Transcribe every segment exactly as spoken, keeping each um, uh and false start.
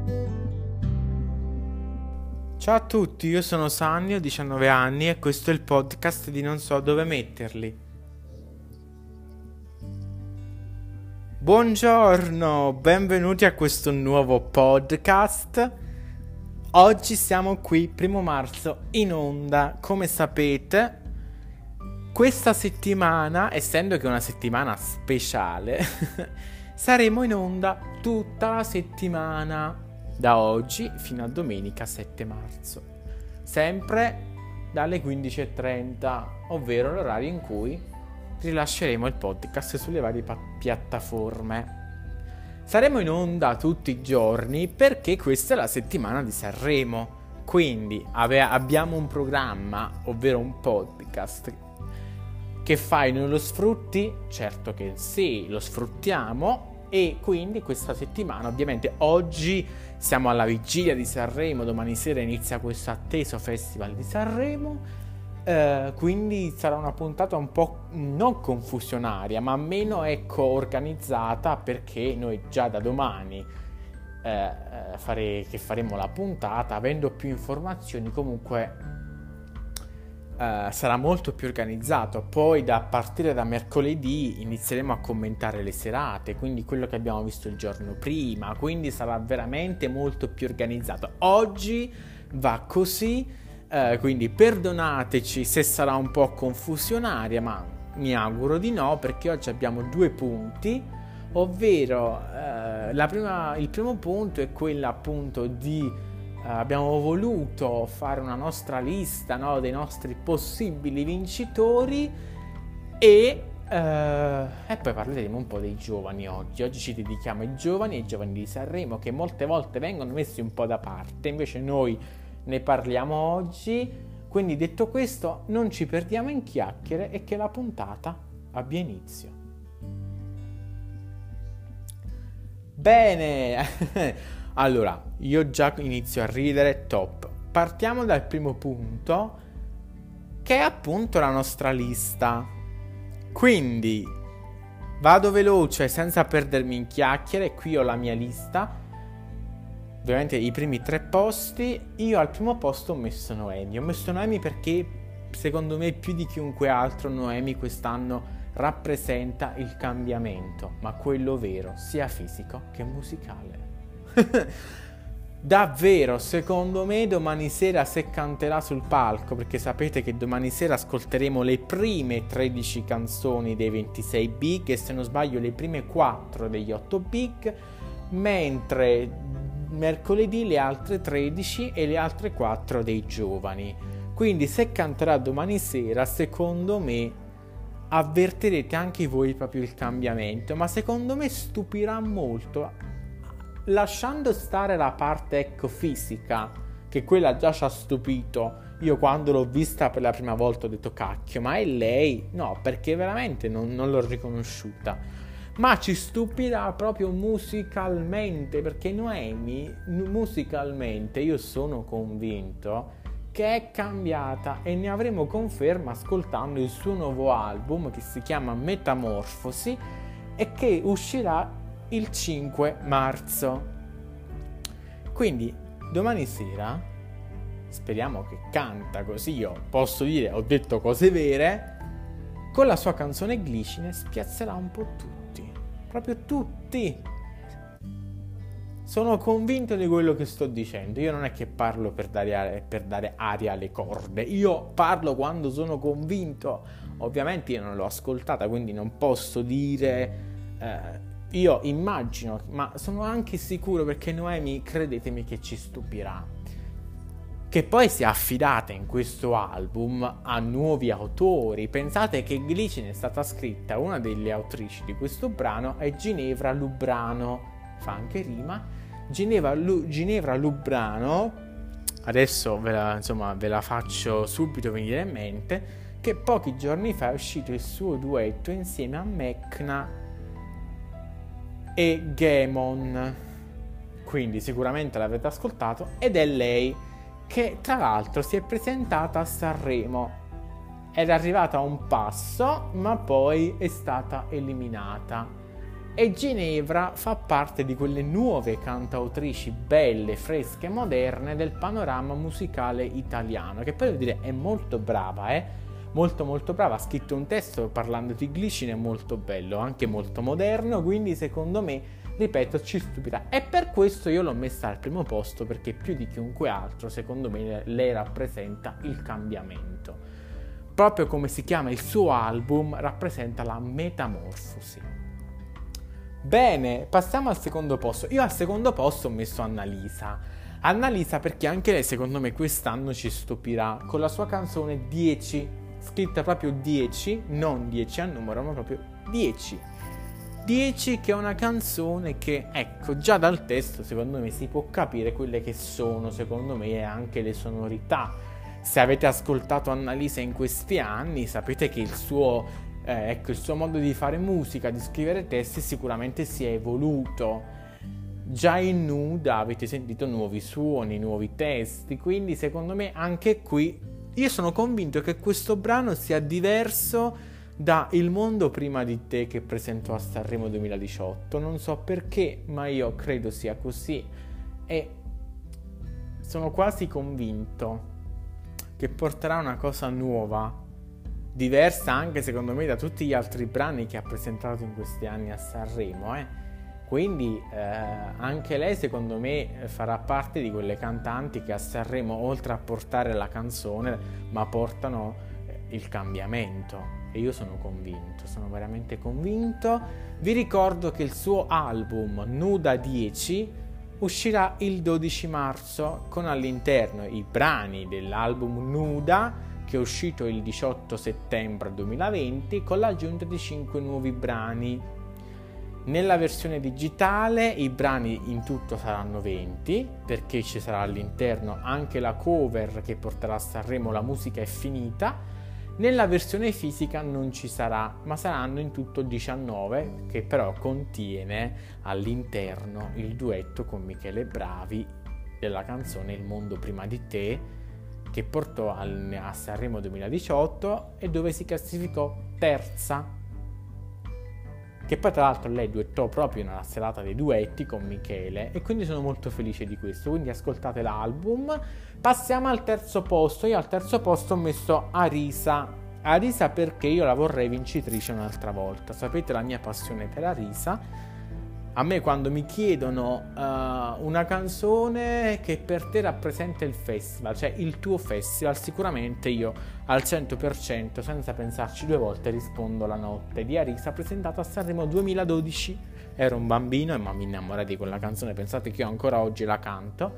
Ciao a tutti, io sono Sanni, ho diciannove anni e questo è il podcast di Non so dove metterli. Buongiorno, benvenuti a questo nuovo podcast. Oggi siamo qui, primo marzo, in onda. Come sapete, questa settimana, essendo che è una settimana speciale, saremo in onda tutta la settimana, da oggi fino a domenica sette marzo, sempre dalle quindici e trenta, ovvero l'orario in cui rilasceremo il podcast sulle varie pa- piattaforme. Saremo in onda tutti i giorni perché questa è la settimana di Sanremo, quindi ave- abbiamo un programma, ovvero un podcast che fai, non lo sfrutti? Certo che sì, lo sfruttiamo. E quindi questa settimana, ovviamente oggi siamo alla vigilia di Sanremo, domani sera inizia questo atteso Festival di Sanremo, eh, quindi sarà una puntata un po' non confusionaria, ma meno ecco organizzata, perché noi già da domani eh, fare, che faremo la puntata, avendo più informazioni, comunque Uh, sarà molto più organizzato. Poi da partire da mercoledì inizieremo a commentare le serate, quindi quello che abbiamo visto il giorno prima, quindi sarà veramente molto più organizzato. Oggi va così, uh, quindi perdonateci se sarà un po' confusionaria, ma mi auguro di no, perché oggi abbiamo due punti, ovvero uh, la prima, il primo punto è quello appunto di Uh, abbiamo voluto fare una nostra lista, no, dei nostri possibili vincitori e, uh, e poi parleremo un po' dei giovani oggi. Oggi ci dedichiamo ai giovani, ai giovani di Sanremo, che molte volte vengono messi un po' da parte, invece noi ne parliamo oggi. Quindi detto questo, non ci perdiamo in chiacchiere e che la puntata abbia inizio. Bene! Allora, io già inizio a ridere, top. Partiamo dal primo punto, che è appunto la nostra lista. Quindi, vado veloce senza perdermi in chiacchiere. Qui ho la mia lista. Ovviamente i primi tre posti. Io al primo posto ho messo Noemi. Ho messo Noemi perché, secondo me, più di chiunque altro, Noemi quest'anno rappresenta il cambiamento, ma quello vero, sia fisico che musicale. Davvero, secondo me domani sera, se canterà sul palco, perché sapete che domani sera ascolteremo le prime tredici canzoni dei ventisei big e, se non sbaglio, le prime quattro degli otto big, mentre mercoledì le altre tredici e le altre quattro dei giovani. Quindi se canterà domani sera, secondo me avvertirete anche voi proprio il cambiamento, ma secondo me stupirà molto, lasciando stare la parte ecco fisica, che quella già ci ha stupito. Io quando l'ho vista per la prima volta ho detto cacchio, ma è lei? No, perché veramente non, non l'ho riconosciuta. Ma ci stupirà proprio musicalmente, perché Noemi musicalmente io sono convinto che è cambiata, e ne avremo conferma ascoltando il suo nuovo album che si chiama Metamorfosi e che uscirà il cinque marzo. Quindi domani sera speriamo che canta così, io posso dire ho detto cose vere, con la sua canzone Glicine spiazzerà un po' tutti, proprio tutti. Sono convinto di quello che sto dicendo. Io non è che parlo per dare, per dare aria alle corde, io parlo quando sono convinto. Ovviamente io non l'ho ascoltata, quindi non posso dire eh, io immagino, ma sono anche sicuro, perché Noemi, credetemi, che ci stupirà, che poi si è affidata in questo album a nuovi autori. Pensate che Glicine è stata scritta, una delle autrici di questo brano è Ginevra Lubrano, fa anche rima, Ginevra, Lu, Ginevra Lubrano, adesso ve la, insomma, ve la faccio subito venire in mente, che pochi giorni fa è uscito il suo duetto insieme a Mecna e Gemon, quindi sicuramente l'avete ascoltato, ed è lei che tra l'altro si è presentata a Sanremo, era arrivata a un passo ma poi è stata eliminata. e Ginevra fa parte di quelle nuove cantautrici belle, fresche, moderne del panorama musicale italiano, che poi devo dire è molto brava, eh? molto molto brava, ha scritto un testo parlando di glicine molto bello, anche molto moderno, quindi secondo me, ripeto, ci stupirà, e per questo io l'ho messa al primo posto, perché più di chiunque altro secondo me lei rappresenta il cambiamento, proprio come si chiama il suo album, rappresenta la metamorfosi. Bene, passiamo al secondo posto. Io al secondo posto ho messo Annalisa. Annalisa perché anche lei secondo me quest'anno ci stupirà con la sua canzone dieci, scritta proprio dieci, non dieci al numero, ma proprio dieci. dieci, che è una canzone che, ecco, già dal testo secondo me si può capire quelle che sono, secondo me, anche le sonorità. Se avete ascoltato Annalisa in questi anni, sapete che il suo Eh, ecco, il suo modo di fare musica, di scrivere testi sicuramente si è evoluto. Già in Nuda avete sentito nuovi suoni, nuovi testi, quindi secondo me anche qui io sono convinto che questo brano sia diverso da Il mondo prima di te che presentò a Sanremo duemiladiciotto. Non so perché, ma io credo sia così e sono quasi convinto che porterà una cosa nuova, diversa anche secondo me da tutti gli altri brani che ha presentato in questi anni a Sanremo, eh. Quindi eh, anche lei secondo me farà parte di quelle cantanti che a Sanremo, oltre a portare la canzone, ma portano il cambiamento, e io sono convinto, sono veramente convinto. Vi ricordo che il suo album Nuda dieci uscirà il dodici marzo con all'interno i brani dell'album Nuda, che è uscito il diciotto settembre duemilaventi, con l'aggiunta di cinque nuovi brani. Nella versione digitale i brani in tutto saranno venti, perché ci sarà all'interno anche la cover che porterà a Sanremo La musica è finita. Nella versione fisica non ci sarà, ma saranno in tutto diciannove, che però contiene all'interno il duetto con Michele Bravi della canzone Il mondo prima di te, che portò al, a Sanremo duemiladiciotto e dove si classificò terza, che poi tra l'altro lei duettò proprio nella serata dei duetti con Michele, e quindi sono molto felice di questo, quindi ascoltate l'album. Passiamo al terzo posto. Io al terzo posto ho messo Arisa. Arisa perché io la vorrei vincitrice un'altra volta, sapete la mia passione per Arisa. A me quando mi chiedono uh, una canzone che per te rappresenta il festival, cioè il tuo festival, sicuramente io al cento per cento, senza pensarci due volte, rispondo La notte di Arisa, presentata a Sanremo duemiladodici. Ero un bambino e ma mi innamorai di quella canzone, pensate che io ancora oggi la canto.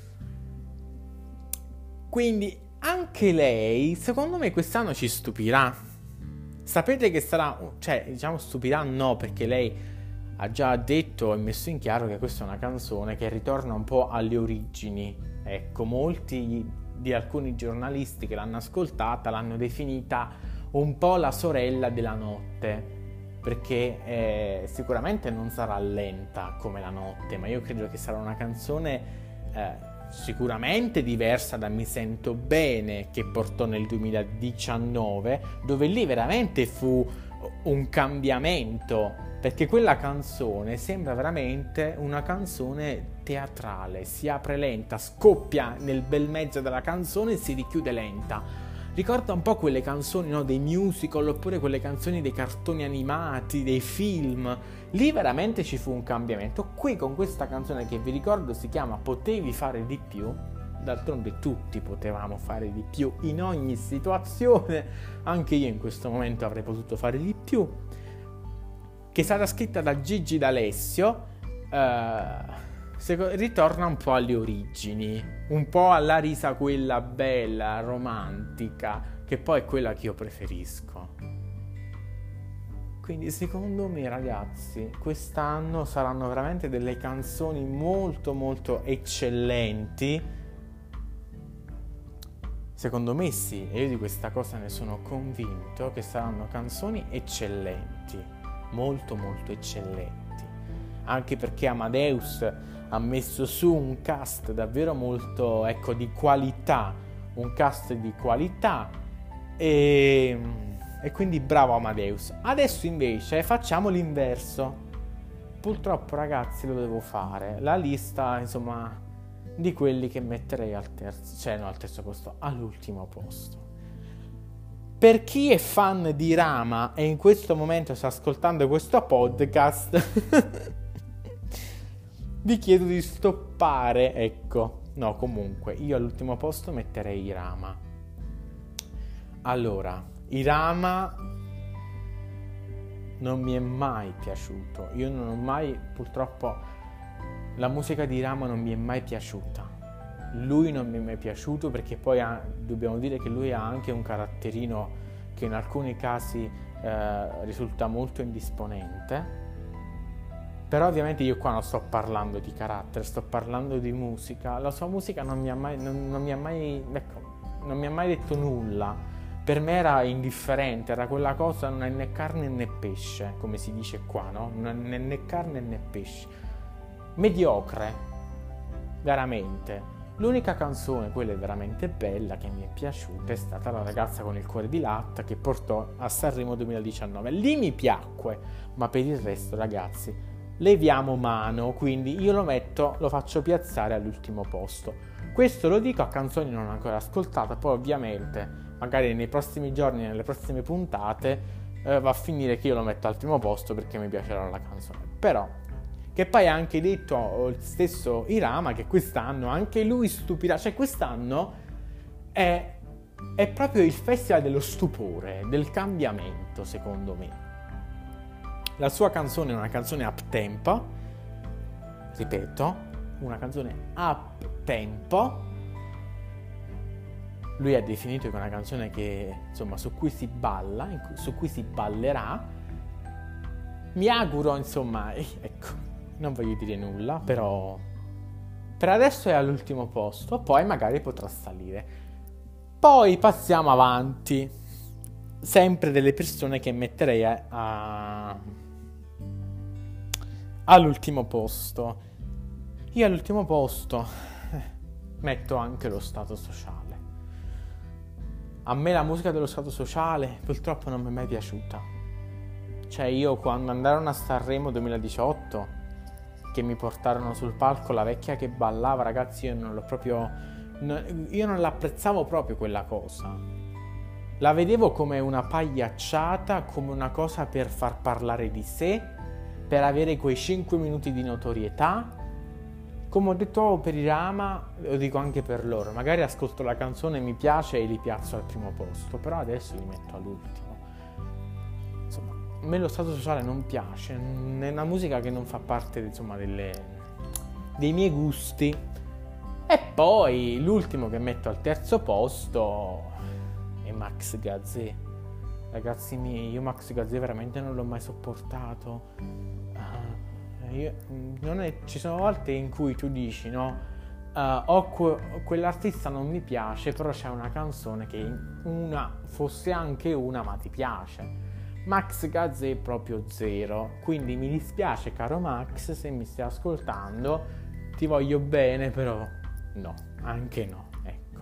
Quindi anche lei, secondo me, quest'anno ci stupirà. Sapete che sarà, cioè diciamo stupirà no, perché lei ha già detto e messo in chiaro che questa è una canzone che ritorna un po' alle origini. Ecco, molti di alcuni giornalisti che l'hanno ascoltata l'hanno definita un po' la sorella della notte, perché eh, sicuramente non sarà lenta come la notte, ma io credo che sarà una canzone eh, sicuramente diversa da Mi sento bene, che portò nel duemiladiciannove, dove lì veramente fu un cambiamento, perché quella canzone sembra veramente una canzone teatrale, si apre lenta, scoppia nel bel mezzo della canzone e si richiude lenta. Ricorda un po' quelle canzoni, no, dei musical, oppure quelle canzoni dei cartoni animati, dei film. Lì veramente ci fu un cambiamento. Qui con questa canzone che vi ricordo si chiama Potevi fare di più, d'altronde tutti potevamo fare di più in ogni situazione, anche io in questo momento avrei potuto fare di più, che è stata scritta da Gigi D'Alessio, eh, se, ritorna un po' alle origini, un po' alla Risa quella bella, romantica, che poi è quella che io preferisco. Quindi secondo me, ragazzi, quest'anno saranno veramente delle canzoni molto molto eccellenti. Secondo me sì, e io di questa cosa ne sono convinto, che saranno canzoni eccellenti, molto molto eccellenti, anche perché Amadeus ha messo su un cast davvero molto, ecco, di qualità, un cast di qualità, e, e quindi bravo Amadeus. Adesso invece facciamo l'inverso, purtroppo ragazzi lo devo fare. La lista, insomma, di quelli che metterei al terzo, cioè no al terzo posto, all'ultimo posto. Per chi è fan di Rama e in questo momento sta ascoltando questo podcast, vi chiedo di stoppare, ecco. No, comunque, io all'ultimo posto metterei i Rama. Allora, i Rama non mi è mai piaciuto. Io non ho mai, purtroppo, la musica di Rama non mi è mai piaciuta. Lui non mi è mai piaciuto perché poi ha, dobbiamo dire che lui ha anche un caratterino che in alcuni casi eh, risulta molto indisponente. Però ovviamente io qua non sto parlando di carattere, sto parlando di musica. La sua musica non mi ha mai, non, non mi ha mai, ecco, non mi ha mai detto nulla. Per me era indifferente, era quella cosa, non è né carne né pesce, come si dice qua, no? Non è né carne né pesce. Mediocre, veramente. L'unica canzone, quella è veramente bella, che mi è piaciuta, è stata La ragazza con il cuore di latta, che portò a Sanremo duemiladiciannove. Lì mi piacque, ma per il resto, ragazzi, leviamo mano, quindi io lo metto, lo faccio piazzare all'ultimo posto. Questo lo dico a canzoni non ancora ascoltate, poi ovviamente, magari nei prossimi giorni, nelle prossime puntate, eh, va a finire che io lo metto al primo posto perché mi piacerà la canzone. Però, che poi ha anche detto il stesso Irama che quest'anno anche lui stupirà, cioè quest'anno è, è proprio il festival dello stupore, del cambiamento, secondo me. La sua canzone è una canzone up tempo, ripeto, una canzone up tempo. Lui ha definito che è una canzone che, insomma, su cui si balla, su cui si ballerà. Mi auguro, insomma, ecco, non voglio dire nulla, però per adesso è all'ultimo posto, poi magari potrà salire. Poi passiamo avanti. Sempre delle persone che metterei a, a, all'ultimo posto. Io all'ultimo posto eh, metto anche lo stato sociale. A me la musica dello stato sociale purtroppo non mi è mai piaciuta. Cioè io quando andarono a Sanremo duemiladiciotto, che mi portarono sul palco la vecchia che ballava, ragazzi, io non l'ho proprio, no, io non l'apprezzavo proprio quella cosa. La vedevo come una pagliacciata, come una cosa per far parlare di sé, per avere quei cinque minuti di notorietà. Come ho detto per i Rama, lo dico anche per loro, magari ascolto la canzone, mi piace e li piazzo al primo posto, però adesso li metto all'ultimo. Insomma, a me lo stato sociale non piace, è una musica che non fa parte, insomma, delle, dei miei gusti. E poi l'ultimo che metto al terzo posto è Max Gazzè. Ragazzi miei, io Max Gazzè veramente non l'ho mai sopportato. Uh, io, non è, ci sono volte in cui tu dici, no? Uh, o que- quell'artista non mi piace, però c'è una canzone che una fosse anche una, ma ti piace. Max Gazzè è proprio zero, quindi mi dispiace caro Max se mi stai ascoltando, ti voglio bene, però no, anche no, ecco.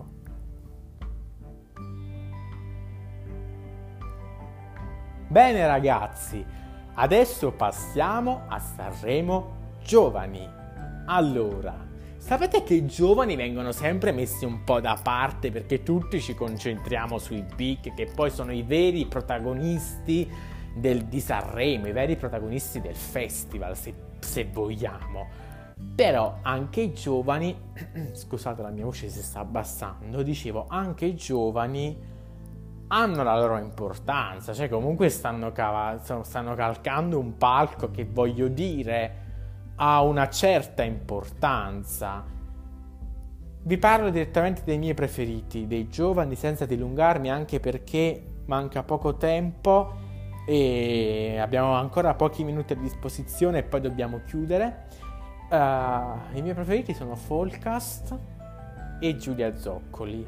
Bene ragazzi, adesso passiamo a Sanremo Giovani. Allora, sapete che i giovani vengono sempre messi un po' da parte perché tutti ci concentriamo sui big, che poi sono i veri protagonisti del, di Sanremo, i veri protagonisti del festival, se, se vogliamo. Però anche i giovani, scusate la mia voce si sta abbassando, dicevo, anche i giovani hanno la loro importanza, cioè comunque stanno, cava- stanno calcando un palco che, voglio dire, ha una certa importanza. Vi parlo direttamente dei miei preferiti, dei giovani, senza dilungarmi, anche perché manca poco tempo e abbiamo ancora pochi minuti a disposizione e poi dobbiamo chiudere. Uh, i miei preferiti sono Folcast e Giulia Zoccoli.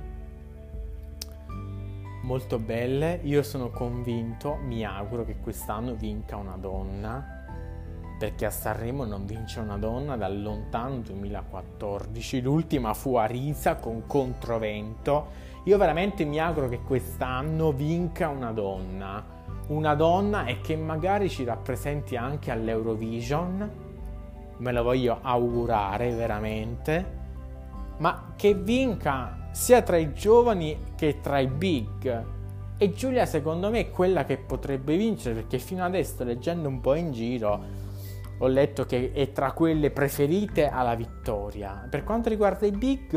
Molto belle, io sono convinto, mi auguro che quest'anno vinca una donna, perché a Sanremo non vince una donna dal lontano duemilaquattordici, l'ultima fu Arisa con Controvento. Io veramente mi auguro che quest'anno vinca una donna, una donna e che magari ci rappresenti anche all'Eurovision, me lo voglio augurare veramente, ma che vinca sia tra i giovani che tra i big. E Giulia secondo me è quella che potrebbe vincere, perché fino adesso, leggendo un po' in giro, ho letto che è tra quelle preferite alla vittoria. Per quanto riguarda i big,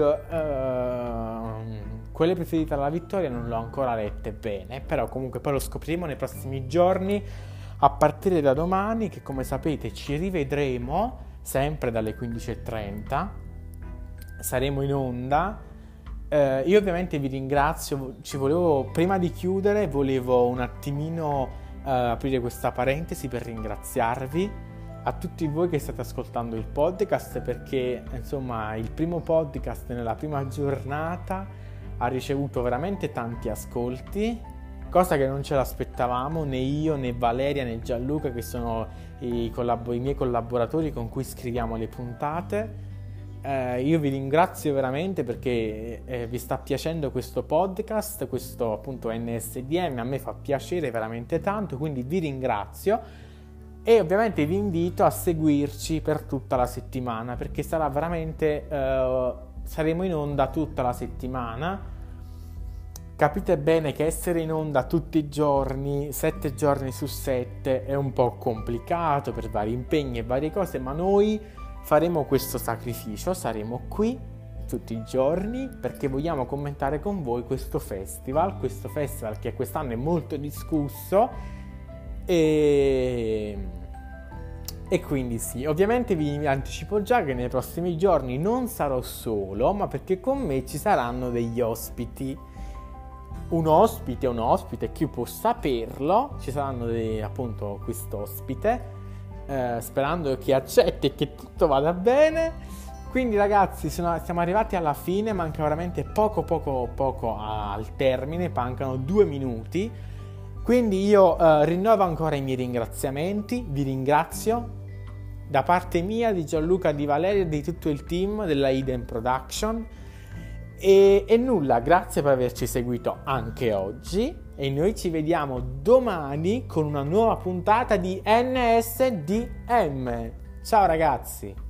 ehm, quelle preferite alla vittoria non l'ho ancora lette bene, però comunque poi lo scopriremo nei prossimi giorni, a partire da domani, che come sapete ci rivedremo sempre dalle quindici e trenta, saremo in onda. Eh, io ovviamente vi ringrazio, ci volevo, prima di chiudere, volevo un attimino eh, aprire questa parentesi per ringraziarvi a tutti voi che state ascoltando il podcast, perché insomma il primo podcast nella prima giornata ha ricevuto veramente tanti ascolti, cosa che non ce l'aspettavamo né io né Valeria né Gianluca, che sono i, collab- i miei collaboratori con cui scriviamo le puntate. Eh, io vi ringrazio veramente perché eh, vi sta piacendo questo podcast, questo appunto N S D M, a me fa piacere veramente tanto, quindi vi ringrazio. E ovviamente vi invito a seguirci per tutta la settimana, perché sarà veramente eh, saremo in onda tutta la settimana. Capite bene che essere in onda tutti i giorni, sette giorni su sette, è un po' complicato per vari impegni e varie cose, ma noi faremo questo sacrificio, saremo qui tutti i giorni perché vogliamo commentare con voi questo festival, questo festival che quest'anno è molto discusso. E... e quindi sì, ovviamente vi anticipo già che nei prossimi giorni non sarò solo, ma perché con me ci saranno degli ospiti. Un ospite, un ospite, chi può saperlo, ci saranno dei, appunto quest'ospite, eh, sperando che accetti e che tutto vada bene. Quindi ragazzi, sono, siamo arrivati alla fine, manca veramente poco poco poco al termine, mancano due minuti. Quindi io eh, rinnovo ancora i miei ringraziamenti, vi ringrazio da parte mia, di Gianluca, di Valeria e di tutto il team della Eden Production e, e nulla, grazie per averci seguito anche oggi e noi ci vediamo domani con una nuova puntata di N S D M. Ciao ragazzi!